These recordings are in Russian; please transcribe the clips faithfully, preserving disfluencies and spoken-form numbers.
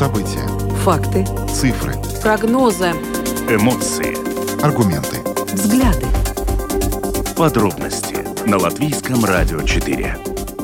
События. Факты. Цифры. Прогнозы. Эмоции. Аргументы. Взгляды. Подробности на Латвийском радио четыре.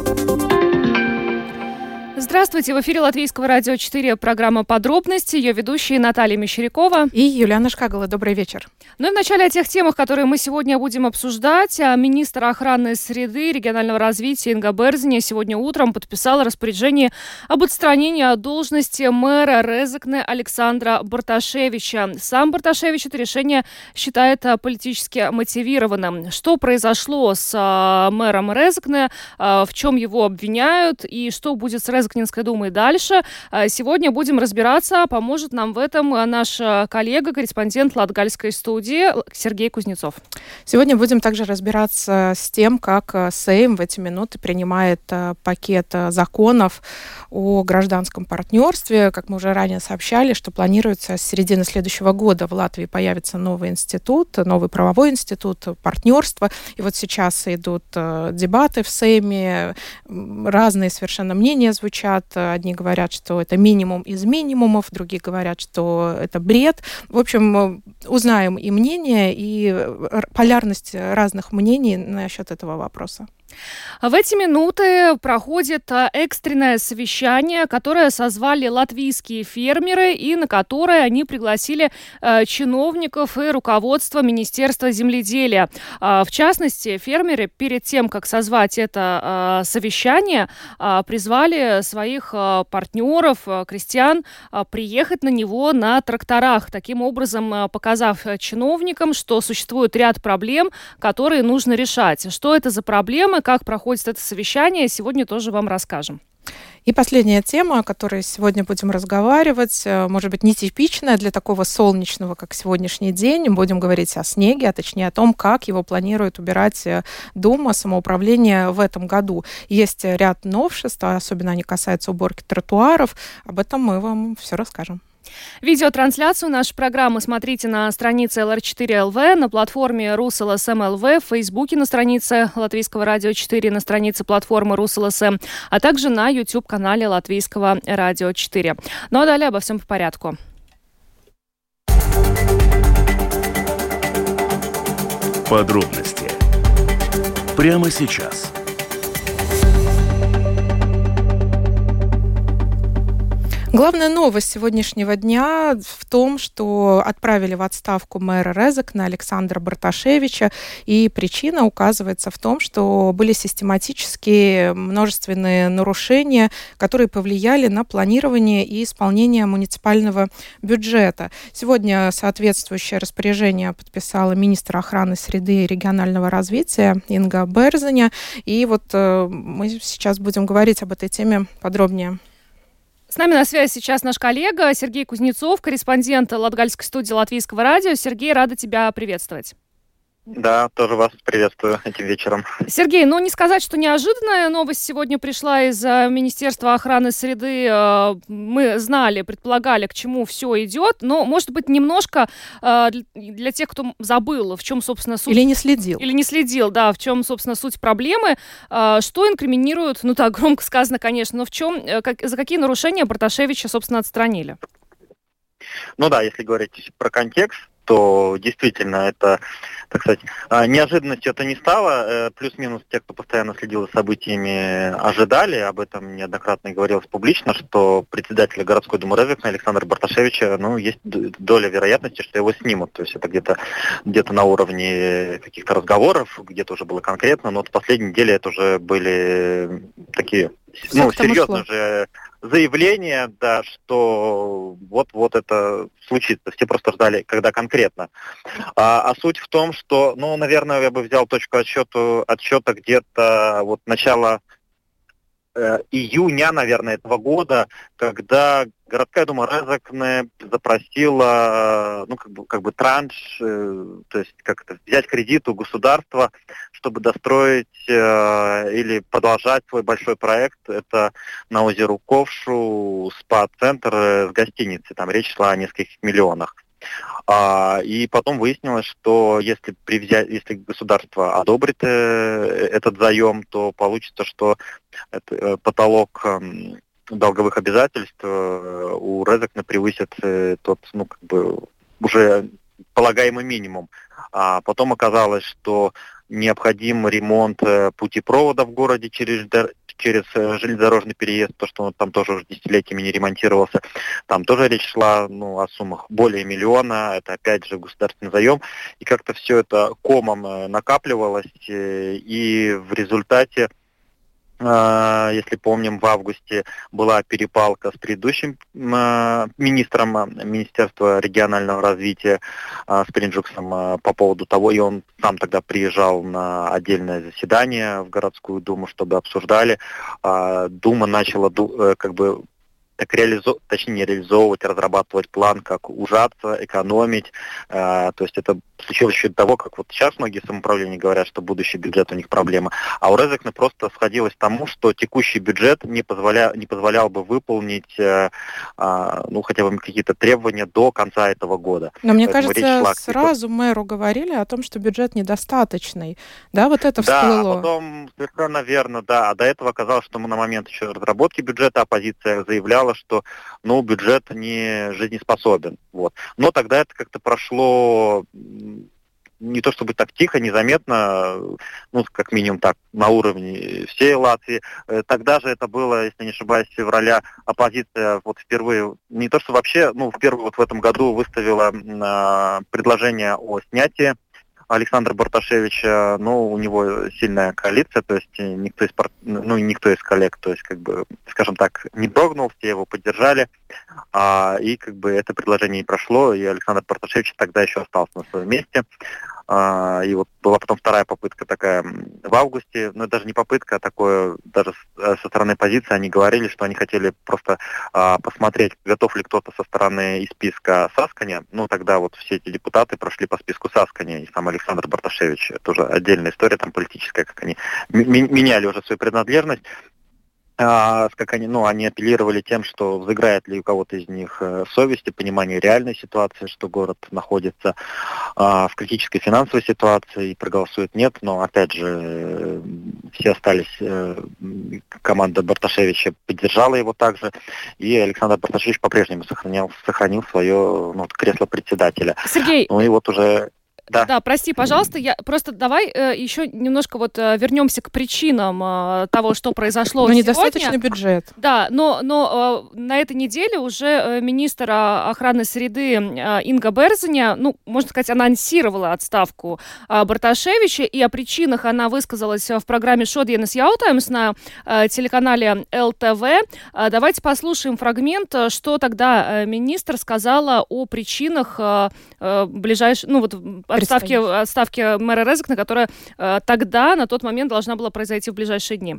Здравствуйте, в эфире Латвийского радио четыре, программа «Подробности», ее ведущие Наталья Мещерякова и Юлиана Шкагала. Добрый вечер. Ну и в начале о тех темах, которые мы сегодня будем обсуждать. Министр охраны среды и регионального развития Инга Берзиня сегодня утром подписала распоряжение об отстранении от должности мэра Резекне Александра Барташевича. Сам Барташевич это решение считает политически мотивированным. Что произошло с мэром Резекне, в чем его обвиняют и что будет с Резекненской думой дальше, сегодня будем разбираться. Поможет нам в этом наш коллега, корреспондент Латгальской студии Сергей Кузнецов. Сегодня будем также разбираться с тем, как Сейм в эти минуты принимает пакет законов о гражданском партнерстве. Как мы уже ранее сообщали, что планируется с середины следующего года в Латвии появится новый институт, новый правовой институт партнерства. И вот сейчас идут дебаты в Сейме, разные совершенно мнения звучат. Одни говорят, что это минимум из минимумов, другие говорят, что это бред. В общем, узнаем и мнение, и полярность разных мнений насчет этого вопроса. В эти минуты проходит экстренное совещание, которое созвали латвийские фермеры и на которое они пригласили э, чиновников и руководство Министерства земледелия. Э, в частности, фермеры перед тем, как созвать это э, совещание, э, призвали своих э, партнеров, э, крестьян, э, приехать на него на тракторах, таким образом э, показав чиновникам, что существует ряд проблем, которые нужно решать. Что это за проблемы? Как проходит это совещание, сегодня тоже вам расскажем. И последняя тема, о которой сегодня будем разговаривать, может быть, нетипичная для такого солнечного, как сегодняшний день. Будем говорить о снеге, а точнее о том, как его планирует убирать Дума, самоуправление в этом году. Есть ряд новшеств, особенно они касаются уборки тротуаров. Об этом мы вам все расскажем. Видеотрансляцию нашей программы смотрите на странице эл эр четыре эл ви, на платформе РусЛСМ эл ви, в Фейсбуке на странице Латвийского радио четыре, на странице платформы РусЛСМ, а также на YouTube-канале Латвийского радио четыре. Ну а далее обо всем по порядку. Подробности прямо сейчас. Главная новость сегодняшнего дня в том, что отправили в отставку мэра Резекне Александра Барташевича, и причина указывается в том, что были систематические множественные нарушения, которые повлияли на планирование и исполнение муниципального бюджета. Сегодня соответствующее распоряжение подписала министр охраны среды и регионального развития Инга Берзиня, и вот э, мы сейчас будем говорить об этой теме подробнее. С нами на связи сейчас наш коллега Сергей Кузнецов, корреспондент Латгальской студии Латвийского радио. Сергей, рада тебя приветствовать. Да, тоже вас приветствую этим вечером. Сергей, ну не сказать, что неожиданная новость сегодня пришла из Министерства охраны среды. Мы знали, предполагали, к чему все идет, но, может быть, немножко для тех, кто забыл, в чем, собственно, суть... Или не следил. Или не следил, да, в чем, собственно, суть проблемы. Что инкриминируют, ну так, громко сказано, конечно, но в чем, как, за какие нарушения Барташевича, собственно, отстранили? Ну да, если говорить про контекст, то действительно это, так сказать, неожиданностью это не стало. Плюс-минус те, кто постоянно следил за событиями, ожидали. Об этом неоднократно и говорилось публично, что председателя городской думы Резекне Александра Барташевича, ну, есть доля вероятности, что его снимут. То есть это где-то, где-то на уровне каких-то разговоров, где-то уже было конкретно, но вот в последней неделе это уже были такие, Все ну, серьезно же заявление, да, что вот-вот это случится. Все просто ждали, когда конкретно. А, а суть в том, что, ну, наверное, я бы взял точку отсчета, отсчета где-то вот начало э, июня, наверное, этого года, когда городская дума Резекне запросила, ну, как бы, как бы транш, э, то есть как это, взять кредит у государства, чтобы достроить э, или продолжать свой большой проект. Это на озере Ковшу спа-центр с гостиницей. Там речь шла о нескольких миллионах. А, и потом выяснилось, что если, привзя... если государство одобрит э, этот заем, то получится, что это, э, потолок э, долговых обязательств у Резекна превысит тот, ну, как бы, уже полагаемый минимум. А потом оказалось, что необходим ремонт путепровода в городе через, через железнодорожный переезд, то, что он там тоже уже десятилетиями не ремонтировался. Там тоже речь шла, ну, о суммах более миллиона, это опять же государственный заем. И как-то все это комом накапливалось, и в результате, если помним, в августе была перепалка с предыдущим министром Министерства регионального развития, с Принджуксом, по поводу того, и он сам тогда приезжал на отдельное заседание в городскую думу, чтобы обсуждали. Дума начала как бы так реализовывать, точнее не реализовывать, разрабатывать план, как ужаться, экономить. Э, то есть это случилось еще до того, как вот сейчас многие самоуправления говорят, что будущий бюджет у них проблема. А у Резекна просто сходилось тому, что текущий бюджет не, позволя, не позволял бы выполнить э, э, ну, хотя бы какие-то требования до конца этого года. Но мне Поэтому кажется, сразу мэру говорили о том, что бюджет недостаточный. Да, вот это всплыло. Да, а потом, совершенно верно, да. А до этого оказалось, что мы на момент еще разработки бюджета оппозиция заявляла, что, ну, бюджет не жизнеспособен. Вот. Но тогда это как-то прошло не то чтобы так тихо, незаметно, ну, как минимум так, на уровне всей Латвии. Тогда же это было, если не ошибаюсь, с февраля оппозиция вот впервые, не то что вообще, ну, впервые вот в этом году выставила э, предложение о снятии Александра Барташевича, но у него сильная коалиция, то есть никто из, ну, никто из коллег, то есть, как бы, скажем так, не дрогнул, все его поддержали, а, и как бы это предложение не прошло, и Александр Барташевич тогда еще остался на своем месте. А, и вот была потом вторая попытка такая в августе, ну, даже не попытка, а такое, даже со стороны оппозиции они говорили, что они хотели просто а, посмотреть, готов ли кто-то со стороны из списка Сасканя. Ну, тогда вот все эти депутаты прошли по списку Сасканя, и сам Александр Барташевич, это уже отдельная история там политическая, как они меняли уже свою принадлежность. Как они, ну, они апеллировали тем, что взыграет ли у кого-то из них совесть и понимание реальной ситуации, что город находится а, в критической финансовой ситуации и проголосует нет, но опять же все остались, команда Барташевича поддержала его также, и Александр Барташевич по-прежнему сохранял, сохранил свое, ну, кресло председателя. Сергей, ну и вот уже... Да. да, прости, пожалуйста, я просто давай э, еще немножко вот э, вернемся к причинам э, того, что произошло но сегодня. Недостаточный бюджет. Да, но, но э, на этой неделе уже э, министр охраны среды э, Инга Берзиня, ну, можно сказать, анонсировала отставку э, Барташевича, и о причинах она высказалась в программе «Šodienas jautājums» на э, телеканале эл тэ вэ. Э, давайте послушаем фрагмент, что тогда э, министр сказала о причинах э, э, ближайших, ну вот, Отставки, отставки мэра Резекна, которая э, тогда, на тот момент, должна была произойти в ближайшие дни.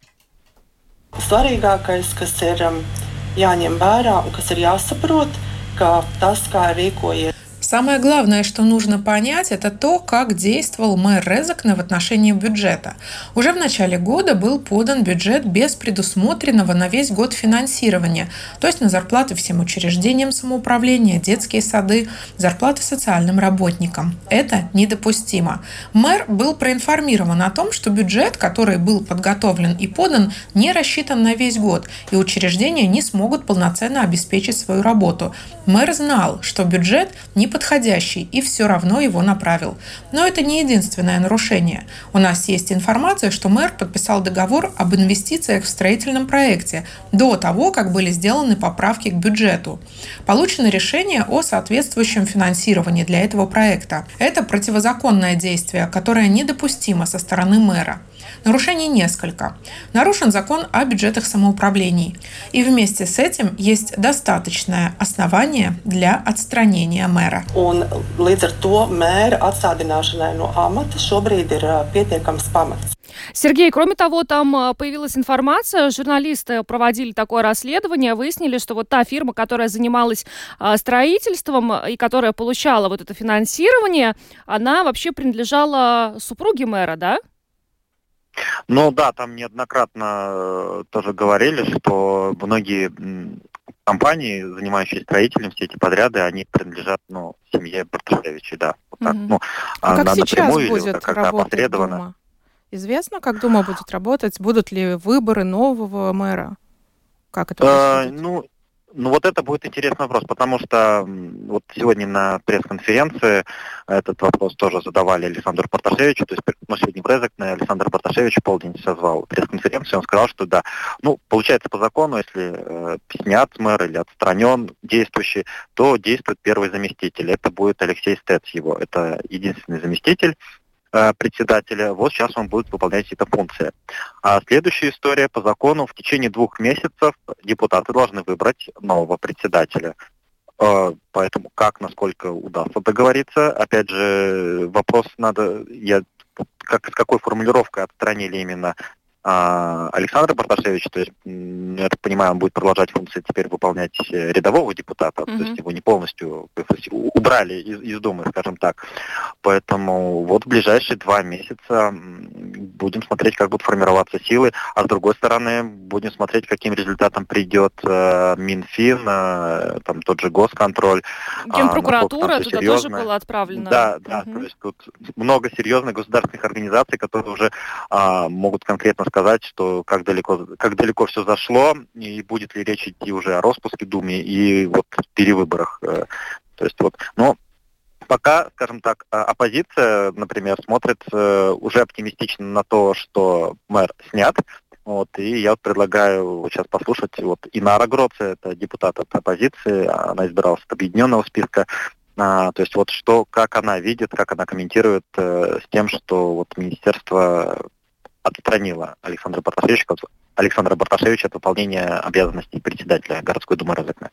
Svarīgākais, kas ir jāņem vērā un kas ir jāsaprot, ka tas, kā rīkojies. Самое главное, что нужно понять, это то, как действовал мэр Резекна в отношении бюджета. Уже в начале года был подан бюджет без предусмотренного на весь год финансирования, то есть на зарплаты всем учреждениям самоуправления, детские сады, зарплаты социальным работникам. Это недопустимо. Мэр был проинформирован о том, что бюджет, который был подготовлен и подан, не рассчитан на весь год, и учреждения не смогут полноценно обеспечить свою работу. Мэр знал, что бюджет не подходящий, и все равно его направил. Но это не единственное нарушение. У нас есть информация, что мэр подписал договор об инвестициях в строительном проекте до того, как были сделаны поправки к бюджету. Получено решение о соответствующем финансировании для этого проекта. Это противозаконное действие, которое недопустимо со стороны мэра. Нарушений несколько. Нарушен закон о бюджетах самоуправлений. И вместе с этим есть достаточное основание для отстранения мэра. Un līdz ar to mēra atstādināšanai no amata šobrīd ir pietiekams pamats. Сергей, кроме того, там появилась информация, журналисты проводили такое расследование, выяснили, что вот та фирма, которая занималась строительством и которая получала вот это финансирование, она вообще принадлежала супруге мэра, да? Ну да, там неоднократно тоже говорили, что многие компании, занимающиеся строительством, все эти подряды, они принадлежат, ну, семье Барташевича, да. Вот так, mm-hmm. ну, а как на, сейчас напрямую, будет как работать Дума? Известно, как Дума будет работать? Будут ли выборы нового мэра? Как это происходит? Э, ну, ну, вот это будет интересный вопрос, потому что вот сегодня на пресс-конференции этот вопрос тоже задавали Александру Барташевичу, то есть наследник Резекне Александр Барташевич в полдень созвал пресс-конференцию, он сказал, что да, ну, получается по закону, если э, снят мэр или отстранен действующий, то действует первый заместитель, это будет Алексей Стец его, это единственный заместитель председателя, вот сейчас он будет выполнять эти функции. А следующая история по закону, в течение двух месяцев депутаты должны выбрать нового председателя. Поэтому как, насколько удастся договориться, опять же, вопрос надо, я, как, с какой формулировкой отстранили именно Александр Барташевич, то есть, я так понимаю, он будет продолжать функции теперь выполнять рядового депутата, mm-hmm. то есть его не полностью убрали из, из Думы, скажем так. Поэтому вот в ближайшие два месяца будем смотреть, как будут формироваться силы, а с другой стороны будем смотреть, каким результатом придет э, Минфин, э, там тот же госконтроль. Генпрокуратура, туда тоже было отправлено. Да, да, mm-hmm. то есть тут много серьезных государственных организаций, которые уже э, могут конкретно сказать, сказать, что как далеко, как далеко все зашло, и будет ли речь идти уже о распуске Думы и вот перевыборах. То есть вот, но пока, скажем так, оппозиция, например, смотрит уже оптимистично на то, что мэр снят. Вот, и я вот предлагаю вот сейчас послушать вот Инара Гроце, это депутат от оппозиции, она избиралась от объединенного списка. А, то есть вот что, как она видит, как она комментирует э, с тем, что вот министерство отстранила Александра Барташевича, Александра Барташевича от выполнения обязанностей председателя городской думы Резекне.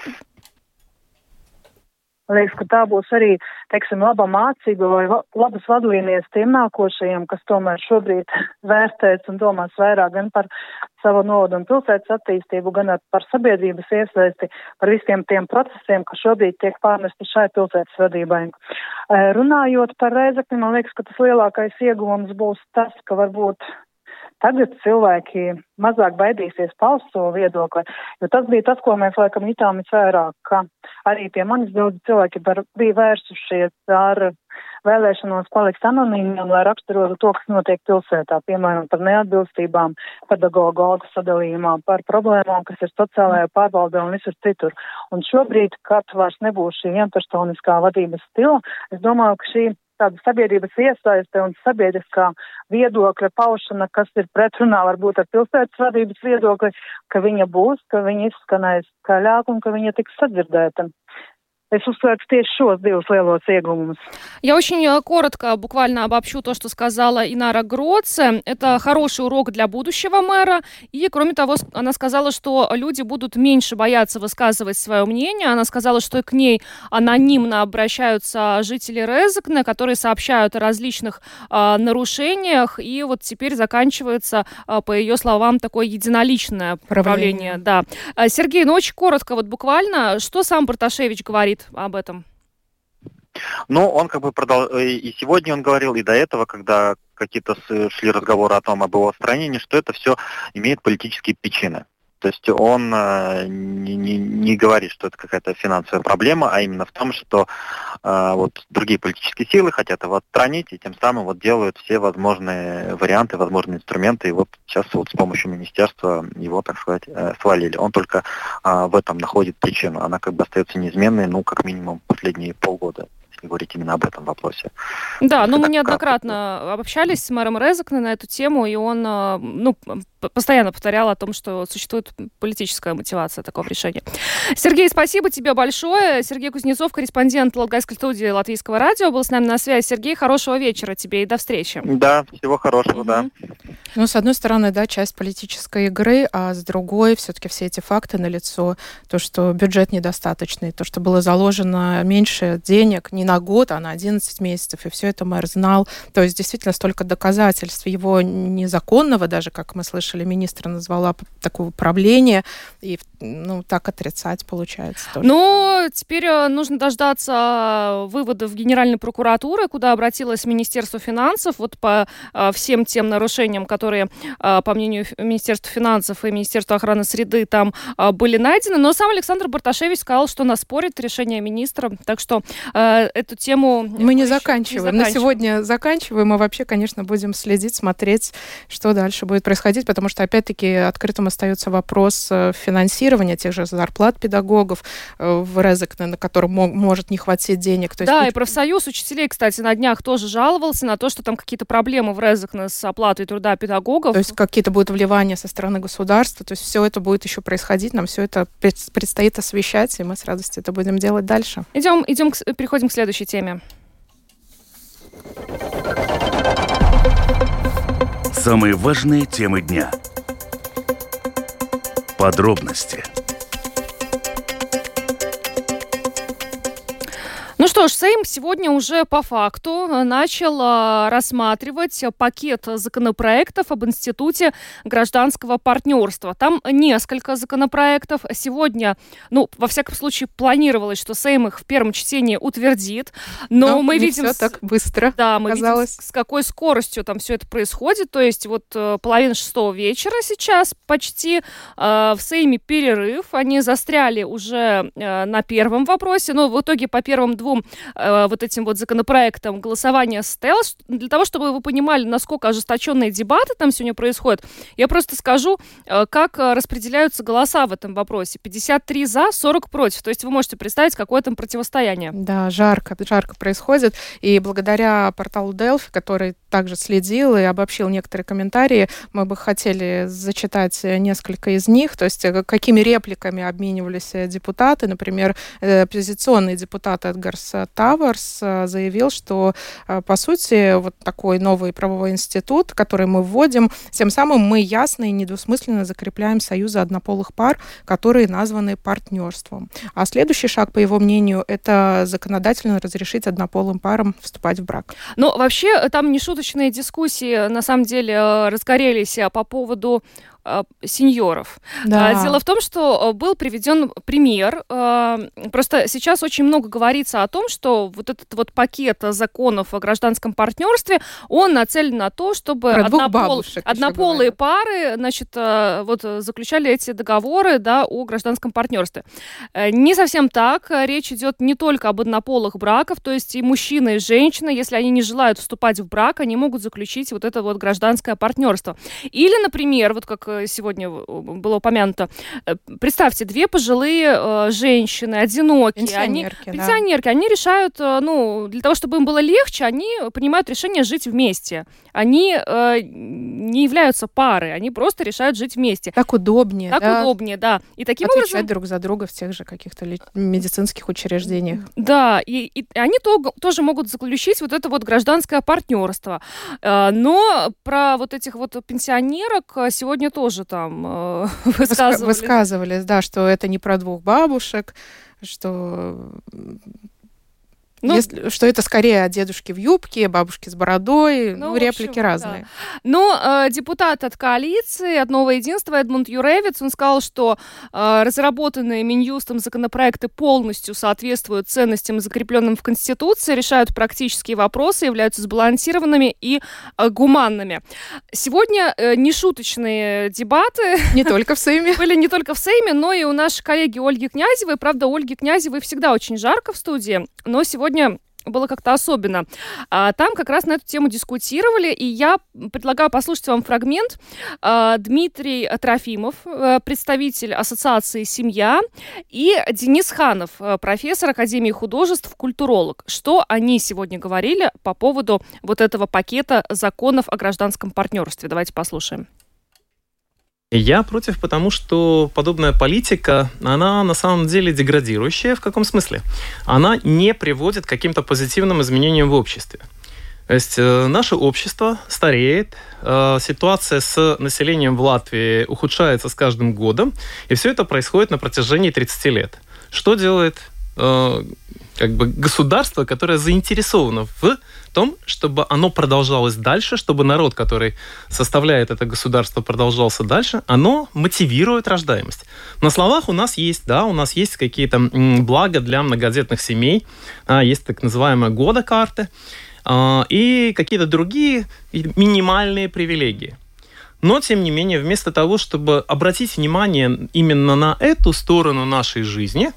Liekas, ka tā būs arī, teiksim, laba mācība vai va, labas vadlīnijas tiem nākošajiem, kas tomēr šobrīd vērtēs un domās vairāk gan par savu novadu un pilsētas attīstību, gan par sabiedrības iesaisti, par visiem tiem procesiem, kas šobrīd tiek pārnesti šai pilsētas vadībai. Runājot par Rezekni, man liekas, ka tas lielākais ieguvums būs tas, ka varbūt tagad cilvēki mazāk baidīsies paust savu viedokli, jo tas bija tas, ko mēs laikam jutām visvairāk, ka arī pie manis daudz cilvēki bija vērsušies ar vēlēšanos palikt anonīmiem, lai raksturotu to, kas notiek pilsētā, piemēram, par neatbilstībām, pedagogu algu sadalījumā, par problēmām, kas ir sociālajā pārvaldē un visur citur. Un šobrīd, kad vairs nebūs šī vienpersoniskā vadības stila, es domāju, ka šī tāda sabiedrības iesaiste un sabiedriskā viedokļa paušana, kas ir pretrunā varbūt ar pilsētas vadības viedokli, ka viņa būs, ka viņa izskanēs skaļāk un ka viņa tiks sadzirdēta. Es uzsveru tieši šos divus lielos iegūmus. Я очень коротко, буквально обобщу то, что сказала Инара Гроце. Это хороший урок для будущего мэра. И, кроме того, она сказала, что люди будут меньше бояться высказывать свое мнение. Она сказала, что к ней анонимно обращаются жители Резекне, которые сообщают о различных э, нарушениях. И вот теперь заканчивается, э, по ее словам, такое единоличное правление. Да. Сергей, ну очень коротко, вот буквально, что сам Барташевич говорит об этом? Ну, он как бы продал, и сегодня он говорил, и до этого, когда какие-то шли разговоры о том, об его отстранении, что это все имеет политические причины. То есть он э, не, не, не говорит, что это какая-то финансовая проблема, а именно в том, что э, вот другие политические силы хотят его отстранить, и тем самым вот делают все возможные варианты, возможные инструменты, и вот сейчас вот с помощью министерства его, так сказать, э, свалили. Он только э, в этом находит причину. Она как бы остается неизменной, ну, как минимум, последние полгода. Говорить именно об этом вопросе. Да, ну мы неоднократно общались с мэром Резекне на эту тему, и он ну, постоянно повторял о том, что существует политическая мотивация такого решения. Сергей, спасибо тебе большое. Сергей Кузнецов, корреспондент Латгальской студии Латвийского радио, был с нами на связи. Сергей, хорошего вечера тебе и до встречи. Да, всего хорошего, угу. да. Ну, с одной стороны, да, часть политической игры, а с другой все-таки все эти факты налицо. То, что бюджет недостаточный, то, что было заложено меньше денег не на год, а на одиннадцать месяцев, и все это мэр знал. То есть действительно столько доказательств его незаконного, даже, как мы слышали, министр назвала такого правления, и ну, так отрицать получается тоже. Ну, теперь нужно дождаться выводов Генеральной прокуратуры, куда обратилось Министерство финансов, вот по всем тем нарушениям, которые, по мнению Министерства финансов и Министерства охраны среды, там были найдены. Но сам Александр Барташевич сказал, что он оспорит решение министра, так что это эту тему... Мы не заканчиваем. не заканчиваем. На сегодня заканчиваем, и вообще, конечно, будем следить, смотреть, что дальше будет происходить, потому что, опять-таки, открытым остается вопрос финансирования тех же зарплат педагогов в Резекне, на котором может не хватить денег. То да, есть... и профсоюз учителей, кстати, на днях тоже жаловался на то, что там какие-то проблемы в Резекне с оплатой труда педагогов. То есть какие-то будут вливания со стороны государства, то есть все это будет еще происходить, нам все это предстоит освещать, и мы с радостью это будем делать дальше. Идем, идем к, переходим к следующей теме. Самые важные темы дня. Подробности. Ну что ж, Сейм сегодня уже по факту начал рассматривать пакет законопроектов об Институте гражданского партнерства. Там несколько законопроектов. Сегодня, ну, во всяком случае, планировалось, что Сейм их в первом чтении утвердит. Но, но мы не видим... все так быстро. Да, мы казалось. видим, с какой скоростью там все это происходит. То есть вот половина шестого вечера сейчас почти. В Сейме перерыв. Они застряли уже на первом вопросе. Но в итоге по первым двум э, вот этим вот законопроектам голосование состоялось. Для того, чтобы вы понимали, насколько ожесточенные дебаты там сегодня происходят, я просто скажу, э, как распределяются голоса в этом вопросе. пятьдесят три за, сорок против. То есть вы можете представить, какое там противостояние. Да, жарко, жарко происходит. И благодаря порталу Delphi, который также следил и обобщил некоторые комментарии, мы бы хотели зачитать несколько из них. То есть какими репликами обменивались депутаты. Например, оппозиционный депутат Эдгарс Таварс заявил, что, по сути, вот такой новый правовой институт, который мы вводим, тем самым мы ясно и недвусмысленно закрепляем союзы однополых пар, которые названы партнерством. А следующий шаг, по его мнению, это законодательно разрешить однополым парам вступать в брак. Ну, вообще, там нешуточные дискуссии, на самом деле, разгорелись по поводу сеньоров. Да. Дело в том, что был приведен пример. Просто сейчас очень много говорится о том, что вот этот вот пакет законов о гражданском партнерстве, он нацелен на то, чтобы однопол... однополые пары, значит, вот заключали эти договоры, да, о гражданском партнерстве. Не совсем так. Речь идет не только об однополых браках, то есть и мужчина, и женщина, если они не желают вступать в брак, они могут заключить вот это вот гражданское партнерство. Или, например, вот как сегодня было упомянуто. Представьте, две пожилые э, женщины, одинокие. Пенсионерки, они, да. Пенсионерки. Они решают, э, ну, для того, чтобы им было легче, они принимают решение жить вместе. Они э, не являются парой, они просто решают жить вместе. Так удобнее, Так да? удобнее, да. И таким Отвечать образом... друг за друга в тех же каких-то ли... медицинских учреждениях. Да, и, и они то, тоже могут заключить вот это вот гражданское партнерство. Э, но про вот этих вот пенсионерок сегодня тоже тоже там э, высказывались. Высказывались, да, что это не про двух бабушек, что... Ну, Если, что это скорее о дедушке в юбке, бабушке с бородой, ну, ну реплики общем, разные. Да. Но э, депутат от коалиции, от Нового единства Эдмунд Юревиц, он сказал, что э, разработанные Минюстом законопроекты полностью соответствуют ценностям, закрепленным в Конституции, решают практические вопросы, являются сбалансированными и э, гуманными. Сегодня э, нешуточные дебаты... Не только в Сейме. Были не только в Сейме, но и у нашей коллеги Ольги Князевой. Правда, Ольги Князевой всегда очень жарко в студии, но сегодня было как-то особенно. А, там как раз на эту тему дискутировали, и я предлагаю послушать вам фрагмент. А, Дмитрий Трофимов, представитель Ассоциации «Семья», и Денис Ханов, профессор Академии художеств, культуролог. Что они сегодня говорили по поводу вот этого пакета законов о гражданском партнерстве? Давайте послушаем. Я против, потому что подобная политика, она на самом деле деградирующая. В каком смысле? Она не приводит к каким-то позитивным изменениям в обществе. То есть э, наше общество стареет, э, ситуация с населением в Латвии ухудшается с каждым годом, и все это происходит на протяжении тридцати лет. Что делает э, как бы государство, которое заинтересовано в том, чтобы оно продолжалось дальше, чтобы народ, который составляет это государство, продолжался дальше, оно мотивирует рождаемость. На словах у нас есть, да, у нас есть какие-то блага для многодетных семей, есть так называемая года-карта и какие-то другие минимальные привилегии. Но, тем не менее, вместо того, чтобы обратить внимание именно на эту сторону нашей жизни,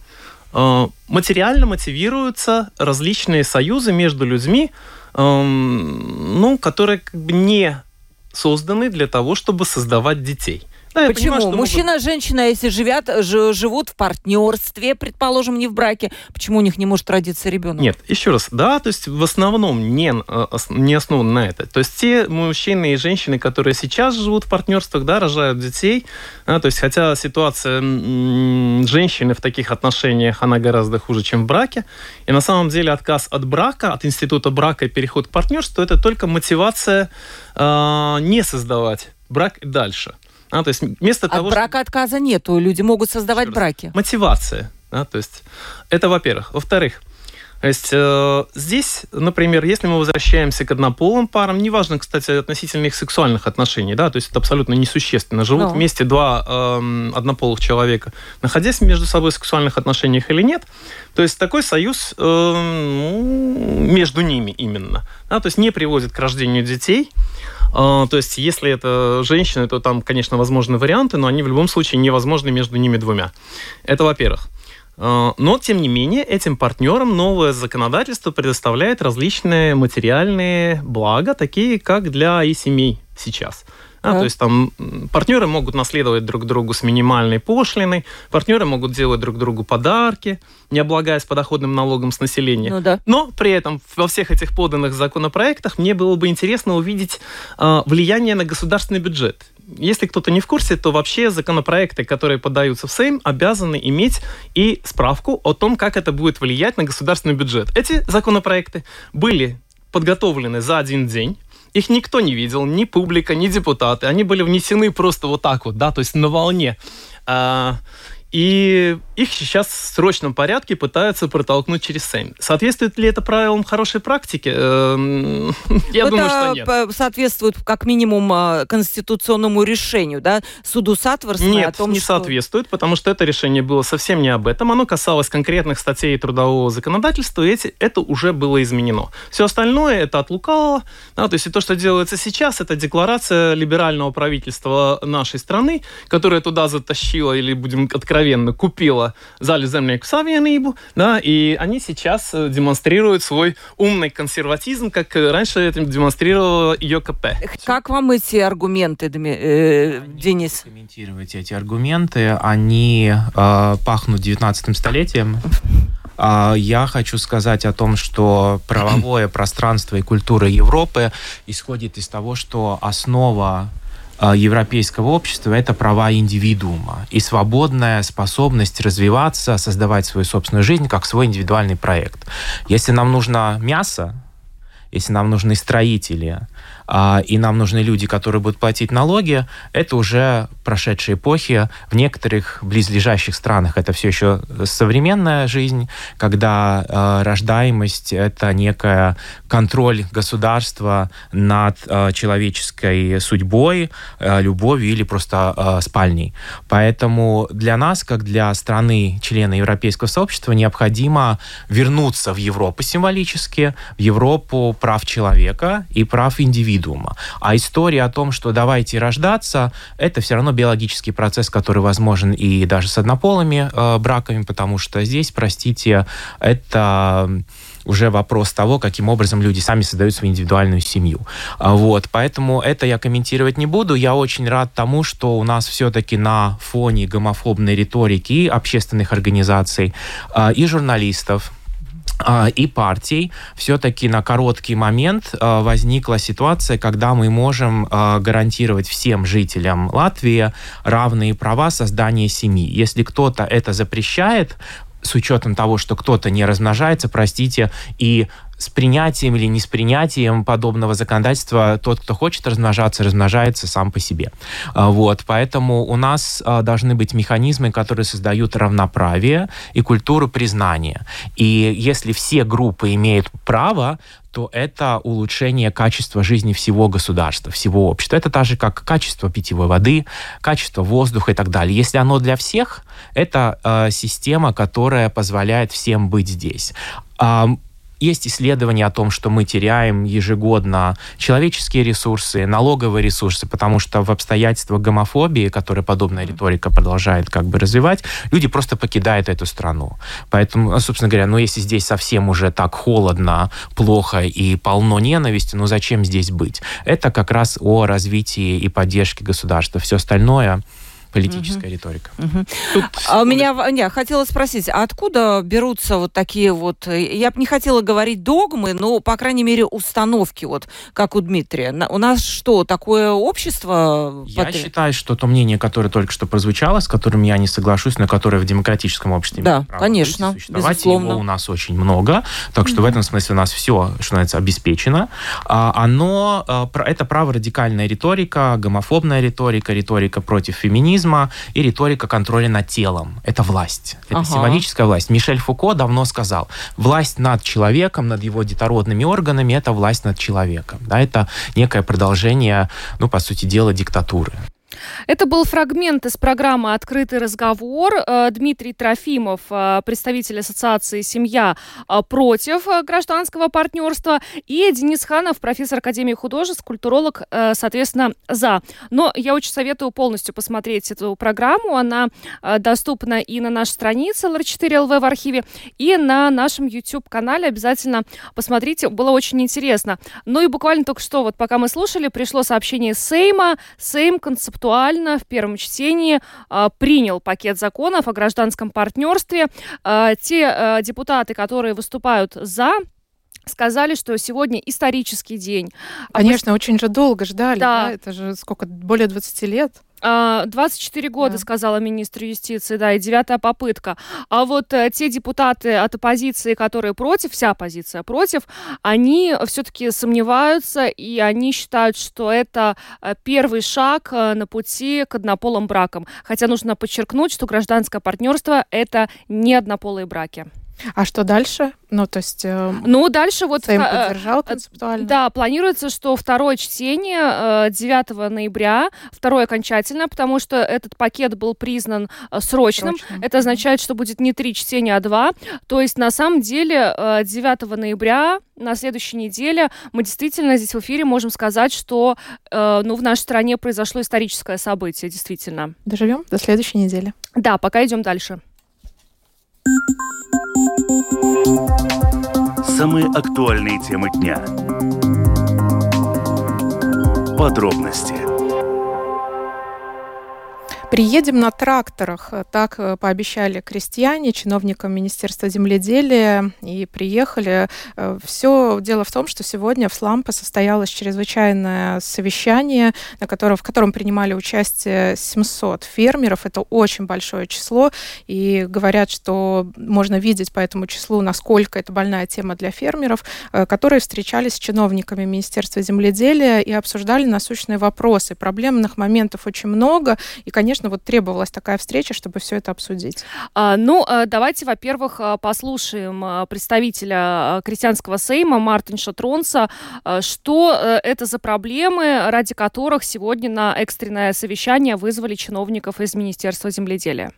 материально мотивируются различные союзы между людьми, ну, которые как бы не созданы для того, чтобы создавать детей. Да, почему? Понимаю, Мужчина могут... и женщина, если живят, ж, живут в партнерстве, предположим, не в браке, почему у них не может родиться ребенок? Нет, еще раз, да, то есть в основном не, не основан на это. То есть те мужчины и женщины, которые сейчас живут в партнерствах, да, рожают детей, да, то есть хотя ситуация м- женщины в таких отношениях, она гораздо хуже, чем в браке, и на самом деле отказ от брака, от института брака и переход к партнерству, это только мотивация э- не создавать брак и дальше. А, то есть вместо От того, брака что... отказа нету, люди могут создавать браки. Мотивация, да, то есть это во-первых. Во-вторых, то есть э, здесь, например, если мы возвращаемся к однополым парам, неважно, кстати, относительно их сексуальных отношений, да, то есть это абсолютно несущественно, живут Но. вместе два э, однополых человека, находясь между собой в сексуальных отношениях или нет, то есть такой союз э, между ними именно, да, то есть не приводит к рождению детей. То есть, если это женщины, то там, конечно, возможны варианты, но они в любом случае невозможны между ними двумя. Это во-первых. Но, тем не менее, этим партнерам новое законодательство предоставляет различные материальные блага, такие как для и семей сейчас. А, Да. то есть там партнеры могут наследовать друг другу с минимальной пошлиной, партнеры могут делать друг другу подарки, не облагаясь подоходным налогом с населения. Ну да. Но при этом во всех этих поданных законопроектах мне было бы интересно увидеть э, влияние на государственный бюджет. Если кто-то не в курсе, то вообще законопроекты, которые подаются в Сейм, обязаны иметь и справку о том, как это будет влиять на государственный бюджет. Эти законопроекты были подготовлены за один день. Их никто не видел, ни публика, ни депутаты. Они были внесены просто вот так вот, да, то есть на волне. И их сейчас в срочном порядке пытаются протолкнуть через Сейм. Соответствует ли это правилам хорошей практики? Я это думаю, что нет. Соответствует как минимум конституционному решению, да, суду Сатворсма Нет, о том, не что... соответствует, потому что это решение было совсем не об этом. Оно касалось конкретных статей трудового законодательства, и эти, это уже было изменено. Все остальное это от лукавого. Да, то есть и то, что делается сейчас, это декларация либерального правительства нашей страны, которая туда затащила, или будем откровенно, купила Zaļu zemnieku savienību, да, и они сейчас демонстрируют свой умный консерватизм, как раньше это демонстрировала ЙКП. Как вам эти аргументы, э, Денис? Комментировать эти аргументы, они э, пахнут девятнадцатым столетием. Э, я хочу сказать о том, что правовое пространство и культура Европы исходит из того, что основа европейского общества – это права индивидуума и свободная способность развиваться, создавать свою собственную жизнь как свой индивидуальный проект. Если нам нужно мясо, если нам нужны строители, и нам нужны люди, которые будут платить налоги, это уже прошедшие эпохи. В некоторых близлежащих странах это все еще современная жизнь, когда э, рождаемость – это некий контроль государства над э, человеческой судьбой, э, любовью или просто э, спальней. Поэтому для нас, как для страны, члена Европейского сообщества, необходимо вернуться в Европу символически, в Европу прав человека и прав индивидуума. А история о том, что давайте рождаться, это все равно биологический процесс, который возможен и даже с однополыми э, браками, потому что здесь, простите, это уже вопрос того, каким образом люди сами создают свою индивидуальную семью. Вот, поэтому это я комментировать не буду. Я очень рад тому, что у нас все-таки на фоне гомофобной риторики и общественных организаций, э, и журналистов, и партий все-таки на короткий момент возникла ситуация, когда мы можем гарантировать всем жителям Латвии равные права создания семьи. Если кто-то это запрещает, с учетом того, что кто-то не размножается, простите, и с принятием или не с принятием подобного законодательства тот, кто хочет размножаться, размножается сам по себе. Вот. Поэтому у нас должны быть механизмы, которые создают равноправие и культуру признания. И если все группы имеют право, то это улучшение качества жизни всего государства, всего общества. Это так же, как качество питьевой воды, качество воздуха и так далее. Если оно для всех, это э, система, которая позволяет всем быть здесь. Есть исследования о том, что мы теряем ежегодно человеческие ресурсы, налоговые ресурсы, потому что в обстоятельствах гомофобии, которые подобная риторика продолжает как бы развивать, люди просто покидают эту страну. Поэтому, собственно говоря, ну если здесь совсем уже так холодно, плохо и полно ненависти, ну зачем здесь быть? Это как раз о развитии и поддержке государства. Все остальное политическая угу. риторика. Угу. Тут... А у меня, я хотела спросить, а откуда берутся вот такие вот, я бы не хотела говорить догмы, но, по крайней мере, установки, вот, как у Дмитрия. У нас что, такое общество? Я Патри... считаю, что то мнение, которое только что прозвучало, с которым я не соглашусь, но которое в демократическом обществе да, имеет право конечно, быть, существовать, безусловно. Его у нас очень много, так что mm-hmm. в этом смысле у нас все, что называется, обеспечено. Оно, это праворадикальная риторика, гомофобная риторика, риторика против феминизма, и риторика контроля над телом. Это власть. Это ага. символическая власть. Мишель Фуко давно сказал, власть над человеком, над его детородными органами, это власть над человеком. Да, это некое продолжение, ну, по сути дела, диктатуры. Это был фрагмент из программы «Открытый разговор». Дмитрий Трофимов, представитель ассоциации «Семья против гражданского партнерства», и Денис Ханов, профессор Академии художеств, культуролог, соответственно, «за». Но я очень советую полностью посмотреть эту программу. Она доступна и на нашей странице эл эр четыре эл ви в архиве, и на нашем YouTube-канале. Обязательно посмотрите. Было очень интересно. Ну и буквально только что, вот пока мы слушали, пришло сообщение из Сейма. Сейм концептуально в первом чтении э, принял пакет законов о гражданском партнерстве. Э, те э, депутаты, которые выступают «за», сказали, что сегодня исторический день. Конечно, а очень же долго ждали. Да. Да? Это же сколько, более двадцати лет? двадцать четыре года, да. сказала министр юстиции, да, и девятая попытка. А вот э, те депутаты от оппозиции, которые против, вся оппозиция против, они все-таки сомневаются, и они считают, что это первый шаг на пути к однополым бракам. Хотя нужно подчеркнуть, что гражданское партнерство – это не однополые браки. А что дальше? Ну, то есть... Э, ну, дальше вот... Сейм поддержал концептуально? Да, планируется, что второе чтение девятого ноября, второе окончательно, потому что этот пакет был признан срочным. Срочно. Это означает, что будет не три чтения, а два. То есть, на самом деле, девятого ноября, на следующей неделе, мы действительно здесь в эфире можем сказать, что ну, в нашей стране произошло историческое событие, действительно. Доживем до следующей недели. Да, пока идем дальше. Самые актуальные темы дня. Подробности. Приедем на тракторах, так пообещали крестьяне, чиновникам Министерства земледелия, и приехали. Все дело в том, что сегодня в Слампе состоялось чрезвычайное совещание, на котором, в котором принимали участие семьсот фермеров. Это очень большое число, и говорят, что можно видеть по этому числу, насколько это больная тема для фермеров, которые встречались с чиновниками Министерства земледелия и обсуждали насущные вопросы. Проблемных моментов очень много, и, конечно, вот требовалась такая встреча, чтобы все это обсудить. А, ну, давайте, во-первых, послушаем представителя крестьянского сейма Мартинша Тронса, что это за проблемы, ради которых сегодня на экстренное совещание вызвали чиновников из Министерства земледелия.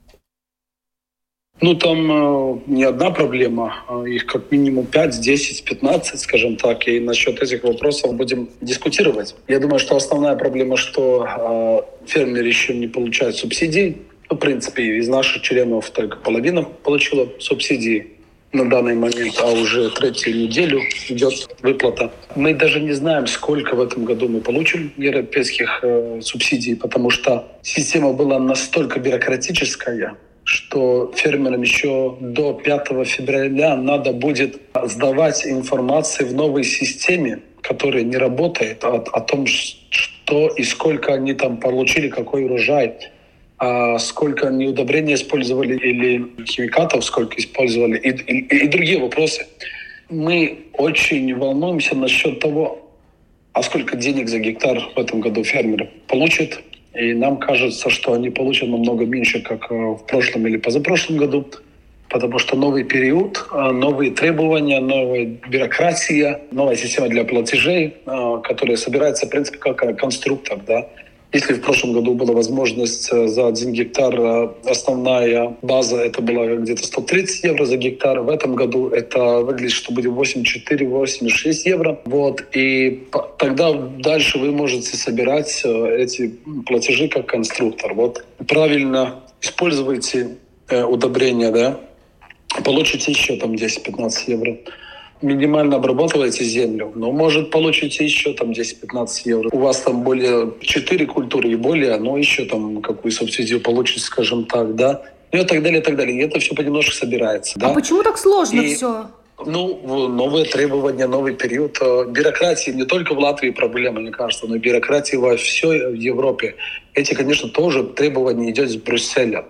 Ну, там э, не одна проблема, их как минимум пять, десять, пятнадцать, скажем так, и насчет этих вопросов будем дискутировать. Я думаю, что основная проблема, что э, фермеры еще не получают субсидий. Ну, в принципе, из наших членов только половина получила субсидии на данный момент, а уже третью неделю идет выплата. Мы даже не знаем, сколько в этом году мы получим европейских э, субсидий, потому что система была настолько бюрократическая, что фермерам еще до пятого февраля надо будет сдавать информацию в новой системе, которая не работает, о, о том, что и сколько они там получили, какой урожай, а сколько они удобрения использовали или химикатов, сколько использовали, и, и, и другие вопросы. Мы очень волнуемся насчет того, а сколько денег за гектар в этом году фермеры получат. И нам кажется, что они получат намного меньше, как в прошлом или позапрошлом году, потому что новый период, новые требования, новая бюрократия, новая система для платежей, которая собирается, в принципе, как конструктор, да, Если в прошлом году была возможность за один гектар, основная база это была где-то сто тридцать евро за гектар, в этом году это выглядит, что будет восемьдесят четыре - восемьдесят шесть евро. Вот. И тогда дальше вы можете собирать эти платежи как конструктор. Вот. Правильно используйте удобрения, да, получите еще там десять-пятнадцать евро. Минимально обрабатываете землю, но может получите еще там десять-пятнадцать евро. У вас там более четыре культуры и более, но еще там какую субсидию получите, скажем так, да. Ну и так далее, и так далее. И это все понемножку собирается. Да? А почему так сложно и, все? Ну, новые требования, новый период. Бюрократии не только в Латвии проблема, мне кажется, но и бюрократии во всей Европе. Эти, конечно, тоже требования идут из Брюсселя.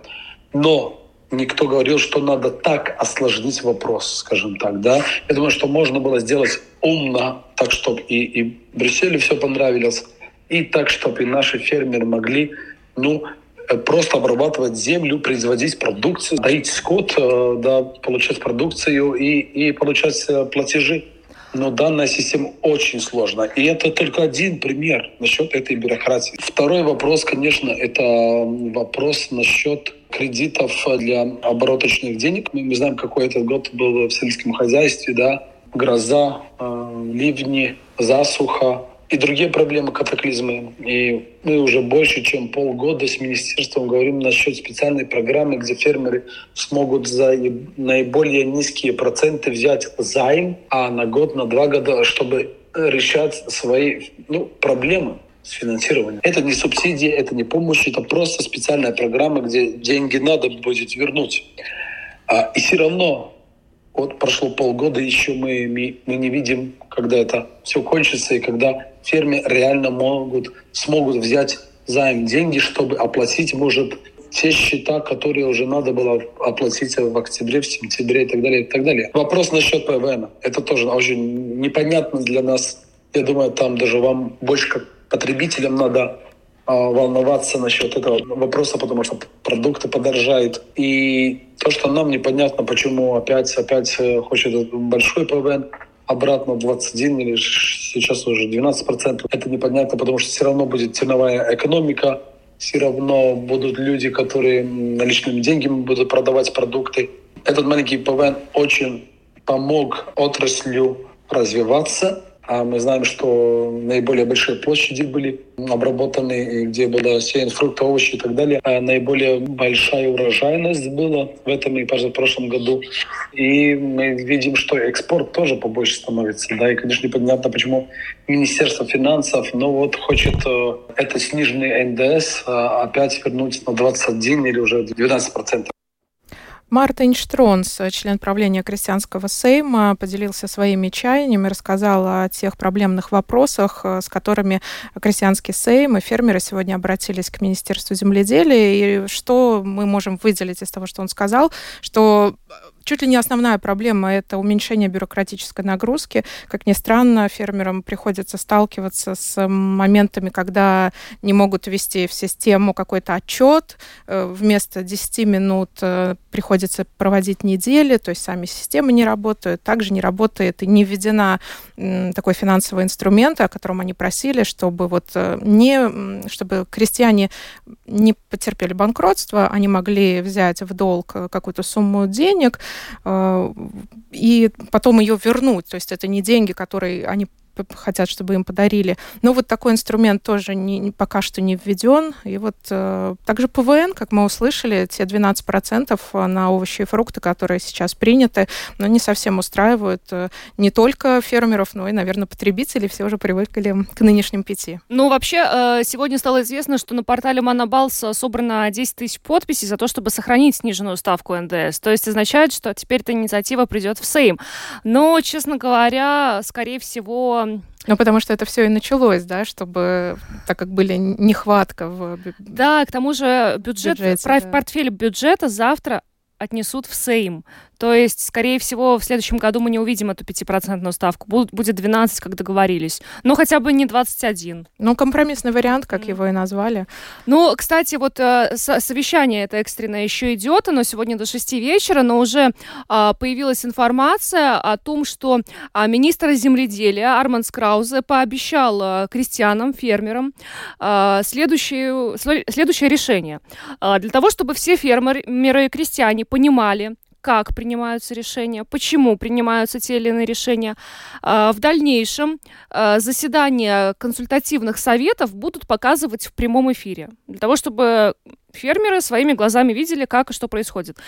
Но никто говорил, что надо так осложнить вопрос, скажем так, да. Я думаю, что можно было сделать умно, так, чтобы и, и Брюсселю все понравилось, и так, чтобы и наши фермеры могли, ну, просто обрабатывать землю, производить продукцию, доить скот, да, получать продукцию и, и получать платежи. Но данная система очень сложна. И это только один пример насчет этой бюрократии. Второй вопрос, конечно, это вопрос насчет кредитов для обороточных денег. Мы знаем, какой этот год был в сельском хозяйстве, да, гроза, э, ливни, засуха и другие проблемы, катаклизмы. И мы уже больше, чем полгода с министерством говорим насчет специальной программы, где фермеры смогут за наиболее низкие проценты взять займ, а на год, на два года, чтобы решать свои, ну, проблемы с финансированием. Это не субсидии, это не помощь, это просто специальная программа, где деньги надо будет вернуть. А, и все равно вот прошло полгода, еще мы, мы, мы не видим, когда это все кончится, и когда фермеры реально могут, смогут взять займ деньги, чтобы оплатить, может, те счета, которые уже надо было оплатить в октябре, в сентябре и так далее, и так далее. Вопрос насчет ПВН. Это тоже очень непонятно для нас. Я думаю, там даже вам больше как потребителям надо а, волноваться насчет этого вопроса, потому что продукты подорожают. И то, что нам непонятно, почему опять, опять хочет большой ПВН, обратно двадцать один или сейчас уже двенадцать процентов. Это непонятно, потому что все равно будет ценовая экономика, все равно будут люди, которые наличными деньгами будут продавать продукты. Этот маленький ПВН очень помог отраслю развиваться. А мы знаем, что наиболее большие площади были обработаны, где было сеян фрукты, овощи и так далее. А наиболее большая урожайность была в этом и в прошлом году. И мы видим, что экспорт тоже побольше становится. Да? И, конечно, непонятно, почему Министерство финансов ну, вот, хочет э, это сниженный эн дэ эс э, опять вернуть на двадцать один или уже двенадцать процентов. Мартин Штронс, член правления Крестьянского Сейма, поделился своими чаяниями, рассказал о тех проблемных вопросах, с которыми Крестьянский Сейм и фермеры сегодня обратились к Министерству земледелия. И что мы можем выделить из того, что он сказал, что чуть ли не основная проблема – это уменьшение бюрократической нагрузки. Как ни странно, фермерам приходится сталкиваться с моментами, когда не могут ввести в систему какой-то отчет. Вместо десяти минут приходится проводить недели, то есть сами системы не работают. Также не работает и не введена такой финансовый инструмент, о котором они просили, чтобы, вот не, чтобы крестьяне не потерпели банкротство, они могли взять в долг какую-то сумму денег, и потом ее вернуть. То есть это не деньги, которые они хотят, чтобы им подарили. Но вот такой инструмент тоже не, не, пока что не введен. И вот э, также ПВН, как мы услышали, те двенадцать процентов на овощи и фрукты, которые сейчас приняты, но не совсем устраивают э, не только фермеров, но и, наверное, потребителей. Все уже привыкли к нынешним пяти. Ну, вообще, э, сегодня стало известно, что на портале Манабалс собрано десять тысяч подписей за то, чтобы сохранить сниженную ставку эн дэ эс. То есть означает, что теперь эта инициатива придет в Сейм. Но, честно говоря, скорее всего... Ну, потому что это все и началось, да, чтобы, так как были нехватка в Да, к тому же бюджет, бюджете, в да. портфеле бюджета завтра отнесут в Сейм. То есть, скорее всего, в следующем году мы не увидим эту пятипроцентную ставку. Будет двенадцать, как договорились. Но хотя бы не двадцать один. Ну, компромиссный вариант, как mm. его и назвали. Ну, кстати, вот э, совещание это экстренное еще идет. Оно сегодня до шести вечера, но уже э, появилась информация о том, что э, министр земледелия Армандс Краузе пообещал э, крестьянам, фермерам э, следующее, следующее решение. Э, для того, чтобы все фермеры и крестьяне понимали, как принимаются решения, почему принимаются те или иные решения. В дальнейшем заседания консультативных советов будут показывать в прямом эфире, для того, чтобы фермеры своими глазами видели, как и что происходит.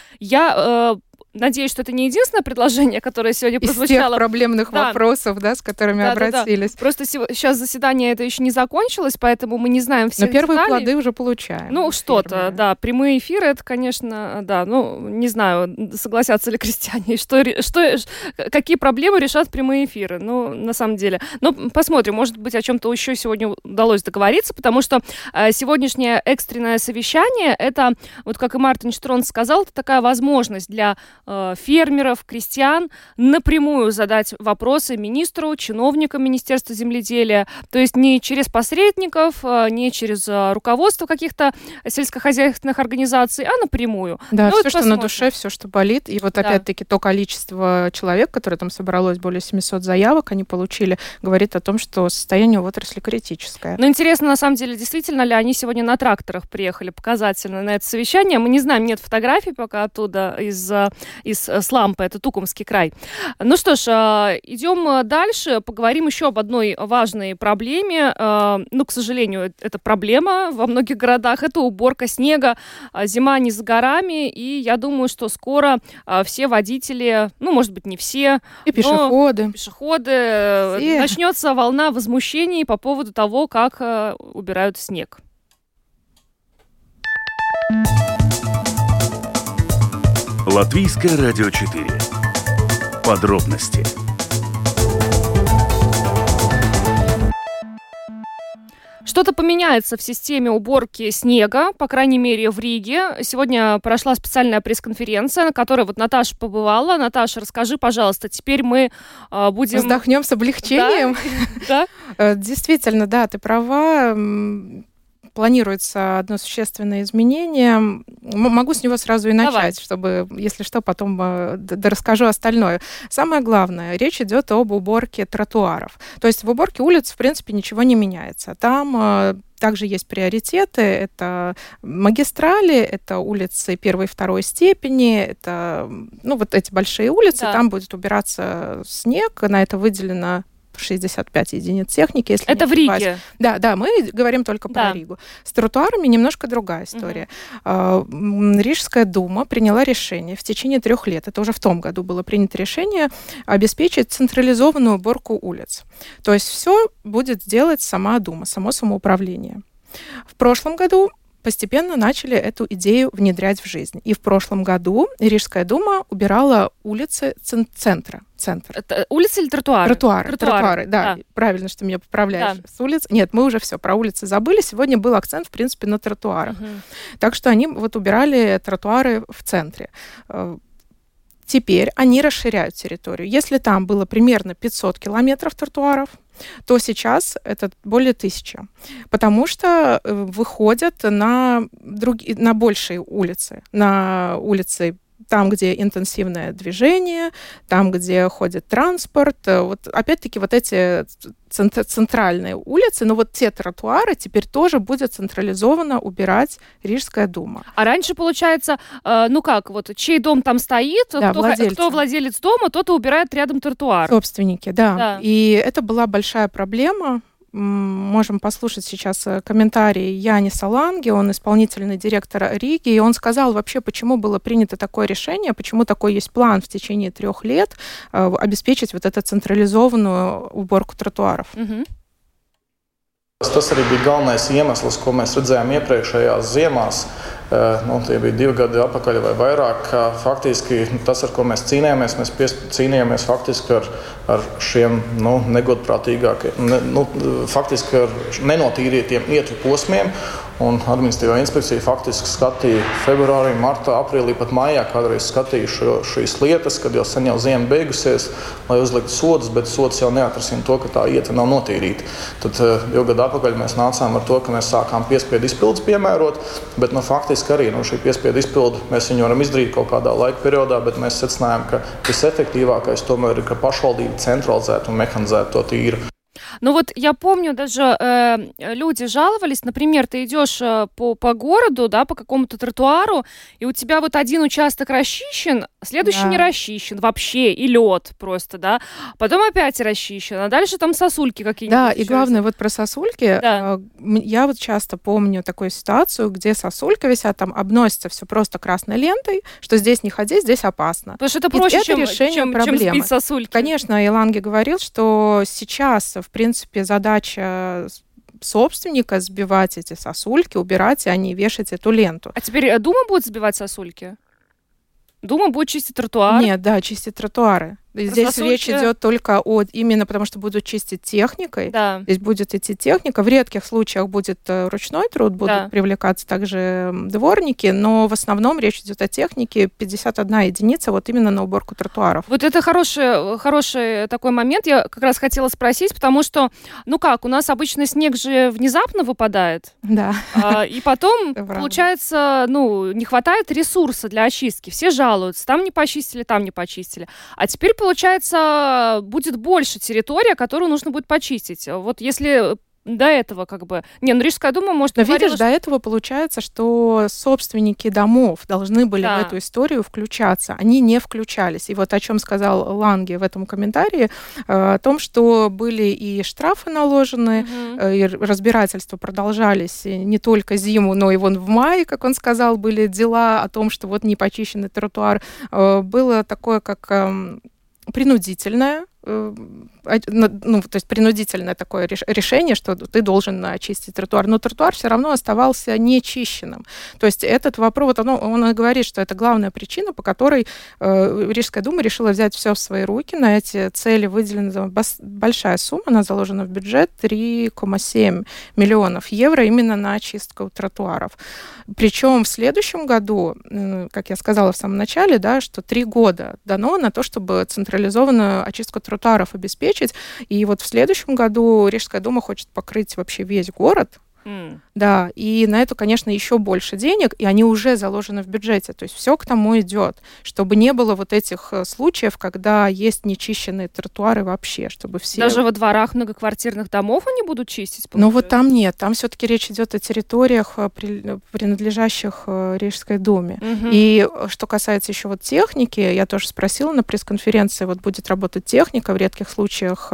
Я надеюсь, что это не единственное предложение, которое сегодня прозвучало. Из тех проблемных да. вопросов, да, с которыми да, обратились. Да, да. Просто сейчас заседание это еще не закончилось, поэтому мы не знаем всех Но первые деталей. плоды уже получаем. Ну, что-то, да. Прямые эфиры, это, конечно, да. Ну, не знаю, согласятся ли крестьяне, что, что, какие проблемы решат прямые эфиры. Ну, на самом деле. Но посмотрим, может быть, о чем-то еще сегодня удалось договориться, потому что э, сегодняшнее экстренное совещание, это, вот как и Мартин Штронс сказал, это такая возможность для фермеров, крестьян напрямую задать вопросы министру, чиновникам Министерства земледелия. То есть не через посредников, не через руководство каких-то сельскохозяйственных организаций, а напрямую. Да, ну, все, вот что на душе, все, что болит. И вот да. опять-таки то количество человек, которое там собралось, более семисот заявок, они получили, говорит о том, что состояние в отрасли критическое. Ну, интересно, на самом деле, действительно ли они сегодня на тракторах приехали показательно на это совещание. Мы не знаем, нет фотографий пока оттуда из из Слампы, это Тукумский край. Ну что ж, идем дальше, поговорим еще об одной важной проблеме. Ну, к сожалению, это проблема во многих городах, это уборка снега. Зима не за горами, и я думаю, что скоро все водители, ну, может быть, не все, и пешеходы, пешеходы все. Начнется волна возмущений по поводу того, как убирают снег. Латвийское радио четыре. Подробности. Что-то поменяется в системе уборки снега, по крайней мере, в Риге. Сегодня прошла специальная пресс-конференция, на которой вот Наташа побывала. Наташа, расскажи, пожалуйста, теперь мы э, будем... Вздохнем с облегчением. Да? Действительно, да, ты права. Планируется одно существенное изменение. Могу с него сразу и начать, Давай. чтобы, если что, потом да, расскажу остальное. Самое главное, речь идет об уборке тротуаров. То есть в уборке улиц, в принципе, ничего не меняется. Там также есть приоритеты. Это магистрали, это улицы первой и второй степени, это ну, вот эти большие улицы. Да. Там будет убираться снег, на это выделено шестьдесят пять единиц техники, если это не в Риге? Да, да, мы говорим только да. про Ригу. С тротуарами немножко другая история. Uh-huh. Рижская дума приняла решение в течение трех лет, это уже в том году было принято решение, обеспечить централизованную уборку улиц. То есть все будет делать сама дума, само самоуправление. В прошлом году постепенно начали эту идею внедрять в жизнь. И в прошлом году Рижская дума убирала улицы центра. Центр. Это улицы или тротуары? Тротуары. Тротуары, тротуары да. да. Правильно, что меня поправляешь. Да. С улиц. Нет, мы уже все про улицы забыли. Сегодня был акцент, в принципе, на тротуарах. Угу. Так что они вот убирали тротуары в центре. Теперь они расширяют территорию. Если там было примерно пятьсот километров тротуаров, то сейчас это более тысячи. Потому что выходят на, други, на большие улицы. На улицы там, где интенсивное движение, там, где ходит транспорт. Вот, опять-таки, вот эти центральные улицы, но вот те тротуары теперь тоже будет централизованно убирать Рижская дума. А раньше, получается, э, ну как, вот чей дом там стоит, да, кто, кто владелец дома, тот и убирает рядом тротуар. Собственники, да. да. И это была большая проблема. Можем послушать сейчас комментарий Яниса Ланге, он исполнительный директор Риги, и он сказал вообще, почему было принято такое решение, почему такой есть план в течение трех лет э, обеспечить вот эту централизованную уборку тротуаров. Mm-hmm. Tas arī bija galvenais iemesls, ko mēs redzējām iepriekšējās ziemās. Nu, tie bija divi gadi atpakaļ vai vairāk. Faktiski tas, ar ko mēs cīnījāmies, mēs pies, cīnījāmies faktiski ar, ar šiem nu, negodprātīgākiem, ne, nu, faktiski ar nenotīrītiem ietvu posmiem. Un administratīvā inspekcija faktiski skatīja februārī, martā, aprīlī, pat maijā kādreiz skatīja šo, šīs lietas, kad jau sen jau ziema beigusies, lai uzliktu sodus, bet sods jau neatrisina to, ka tā ieta nav notīrīta. Tad jau gadu atpakaļ mēs nācām ar to, ka mēs sākām piespiedu izpildus piemērot, bet nu, faktiski arī no šī piespiedu izpildu mēs viņu varam izdarīt kaut kādā laika periodā, bet mēs secinājām, ka visefektīvākais tomēr ir, ka pašvaldība centralizētu un mehanizētu to tīru. Ну вот я помню, даже э, люди жаловались, например, ты идешь э, по, по городу, да, по какому-то тротуару, и у тебя вот один участок расчищен, следующий да. не расчищен вообще, и лед просто, да, потом опять расчищен, а дальше там сосульки какие-нибудь. Да, и главное, вот про сосульки, да. я вот часто помню такую ситуацию, где сосулька висят, там обносится все просто красной лентой, что здесь не ходи, здесь опасно. Потому что это проще, это чем, решение чем, проблемы. чем сбить сосульки. Конечно, Иланге говорил, что сейчас, в принципе, задача собственника сбивать эти сосульки, убирать, а не вешать эту ленту. А теперь Дума будет сбивать сосульки? Дума будет чистить тротуар? Нет, да, чистить тротуары. Здесь сосульки... речь идет только о... Именно потому, что будут чистить техникой. Да. Здесь будет идти техника. В редких случаях будет ручной труд, будут да. привлекаться также дворники, но в основном речь идет о технике. пятьдесят одна единица вот именно на уборку тротуаров. Вот это хороший, хороший такой момент. Я как раз хотела спросить, потому что, ну как, у нас обычно снег же внезапно выпадает. Да. А, и потом, получается, ну, не хватает ресурса для очистки. Все жалуются. Там не почистили, там не почистили. А теперь, получается, будет больше территория, которую нужно будет почистить. Вот если до этого как бы... Не, ну Рижская дума, может, Но говорила, видишь, что... до этого получается, что собственники домов должны были да. в эту историю включаться. Они не включались. И вот о чем сказал Ланге в этом комментарии, о том, что были и штрафы наложены, угу. и разбирательства продолжались не только зиму, но и вон в мае, как он сказал, были дела о том, что вот не почищенный тротуар. Было такое, как принудительное, ну, то есть принудительное такое решение, что ты должен очистить тротуар, но тротуар все равно оставался нечищенным. То есть этот вопрос, вот он, он и говорит, что это главная причина, по которой э, Рижская дума решила взять все в свои руки. На эти цели выделена большая сумма, она заложена в бюджет три целых семь десятых миллионов евро именно на очистку тротуаров. Причем в следующем году, как я сказала в самом начале, да, что три года дано на то, чтобы централизованную очистку тротуаров обеспечить. И вот в следующем году Рижская дума хочет покрыть вообще весь город. Mm. Да, и на это, конечно, еще больше денег, и они уже заложены в бюджете. То есть все к тому идет, чтобы не было вот этих случаев, когда есть нечищенные тротуары вообще, чтобы все... Даже во дворах многоквартирных домов они будут чистить? Ну вот там нет, там все-таки речь идет о территориях, принадлежащих Рижской думе. Mm-hmm. И что касается еще вот техники, я тоже спросила на пресс-конференции, вот будет работать техника, в редких случаях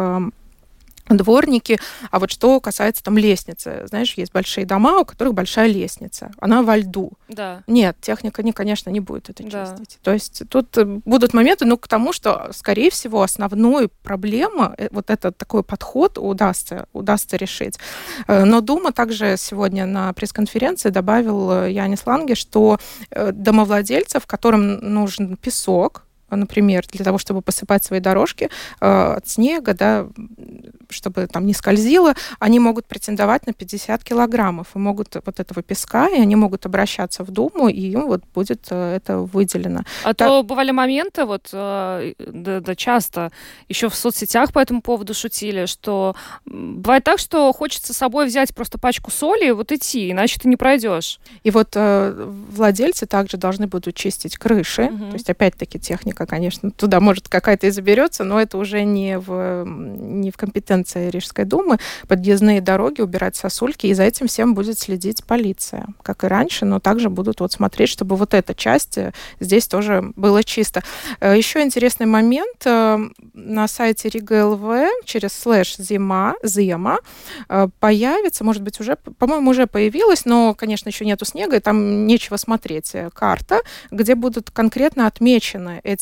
дворники, а вот что касается там лестницы, знаешь, есть большие дома, у которых большая лестница, она во льду. Да. Нет, техника, не, конечно, не будет это да. чистить. То есть тут будут моменты, ну, к тому, что, скорее всего, основной проблема, вот этот такой подход удастся, удастся решить. Но Дума также сегодня на пресс-конференции добавил Янис Ланге, что домовладельцев, которым нужен песок, например, для того, чтобы посыпать свои дорожки э, от снега, да, чтобы там не скользило, они могут претендовать на пятьдесят килограммов и могут вот этого песка, и они могут обращаться в Думу, и им вот будет э, это выделено. А так... то бывали моменты, вот э, да, да, часто еще в соцсетях по этому поводу шутили, что бывает так, что хочется с собой взять просто пачку соли и вот идти, иначе ты не пройдешь. И вот э, владельцы также должны будут чистить крыши, угу. то есть опять-таки техника, конечно, туда, может, какая-то и заберется, но это уже не в, не в компетенции Рижской думы. Подъездные дороги, убирать сосульки, и за этим всем будет следить полиция, как и раньше, но также будут вот смотреть, чтобы вот эта часть здесь тоже было чисто. Еще интересный момент. На сайте Рига ЛВ через слэш зима, зима появится, может быть, уже, по-моему, уже появилась, но, конечно, еще нету снега, и там нечего смотреть. Карта, где будут конкретно отмечены эти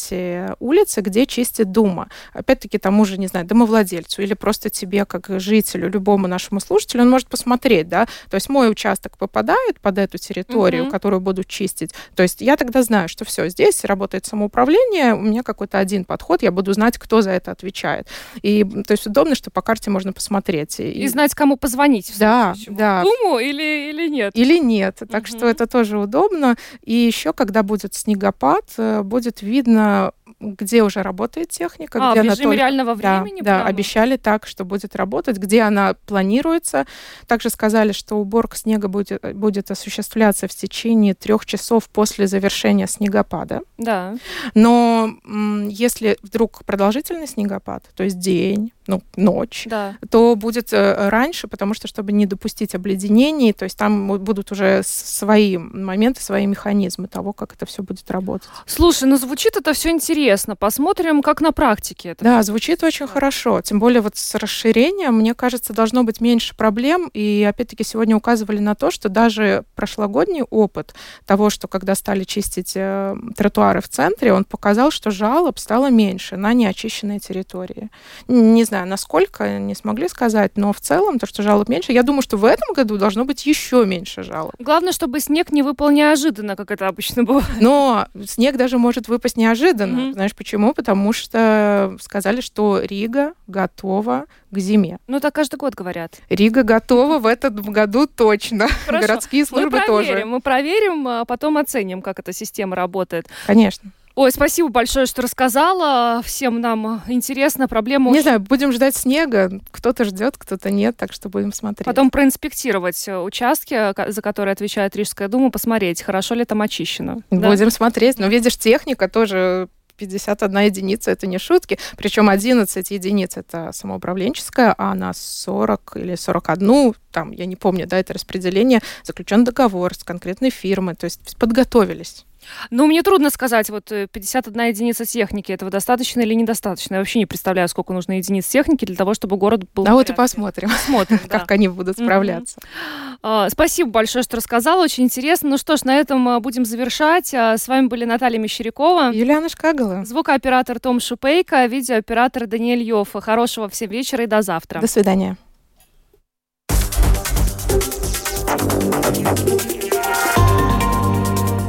те улицы, где чистит Дума. Опять-таки тому же, не знаю, домовладельцу или просто тебе, как жителю, любому нашему слушателю, он может посмотреть, да, то есть мой участок попадает под эту территорию, mm-hmm. которую будут чистить, то есть я тогда знаю, что все, здесь работает самоуправление, у меня какой-то один подход, я буду знать, кто за это отвечает. И, то есть удобно, что по карте можно посмотреть. И, и знать, кому позвонить. В да, да. Думу или, или нет? Или нет. Так mm-hmm. что это тоже удобно. И еще, когда будет снегопад, будет видно, где уже работает техника. А, где в она режиме только... реального времени? Да, прямо? Да, обещали так, что будет работать, где она планируется. Также сказали, что уборка снега будет, будет осуществляться в течение трех часов после завершения снегопада. Да. Но м, если вдруг продолжительный снегопад, то есть день, ну, ночь, да. то будет э, раньше, потому что, чтобы не допустить обледенений, то есть там будут уже свои моменты, свои механизмы того, как это все будет работать. Слушай, ну звучит это все интересно. Посмотрим, как на практике это. Да, звучит очень хорошо. Тем более вот с расширением, мне кажется, должно быть меньше проблем. И опять-таки сегодня указывали на то, что даже прошлогодний опыт того, что когда стали чистить э, тротуары в центре, он показал, что жалоб стало меньше на неочищенные территории. Не знаю, насколько, не смогли сказать, но в целом то, что жалоб меньше, я думаю, что в этом году должно быть еще меньше жалоб. Главное, чтобы снег не выпал неожиданно, как это обычно бывает. Но снег даже может выпасть неожиданно. Mm-hmm. Знаешь почему? Потому что сказали, что Рига готова к зиме. Ну, так каждый год говорят. Рига готова в этом году точно. Хорошо. Городские службы мы проверим, тоже. Мы проверим, а потом оценим, как эта система работает. Конечно. Ой, спасибо большое, что рассказала. Всем нам интересно. Проблема... Не очень... знаю, будем ждать снега. Кто-то ждет, кто-то нет, так что будем смотреть. Потом проинспектировать участки, за которые отвечает Рижская дума, посмотреть, хорошо ли там очищено. Будем да? смотреть. Но видишь, техника тоже... пятьдесят одна единица — это не шутки. Причем одиннадцать единиц — это самоуправленческая, а на сорок или сорок один, там, я не помню, да, это распределение, заключен договор с конкретной фирмой. То есть подготовились. Ну, мне трудно сказать, вот пятьдесят одна единица техники, этого достаточно или недостаточно? Я вообще не представляю, сколько нужно единиц техники для того, чтобы город был... А вот и посмотрим, посмотрим как они будут справляться. Спасибо большое, что рассказала, очень интересно. Ну что ж, на этом будем завершать. С вами были Наталья Мещерякова, Юлиана Шкагала, звукооператор Том Шупейко, видеооператор Даниэль Йоффе. Хорошего всем вечера и до завтра. До свидания.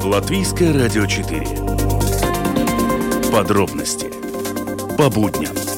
Латвийское радио четыре. Подробности по будням.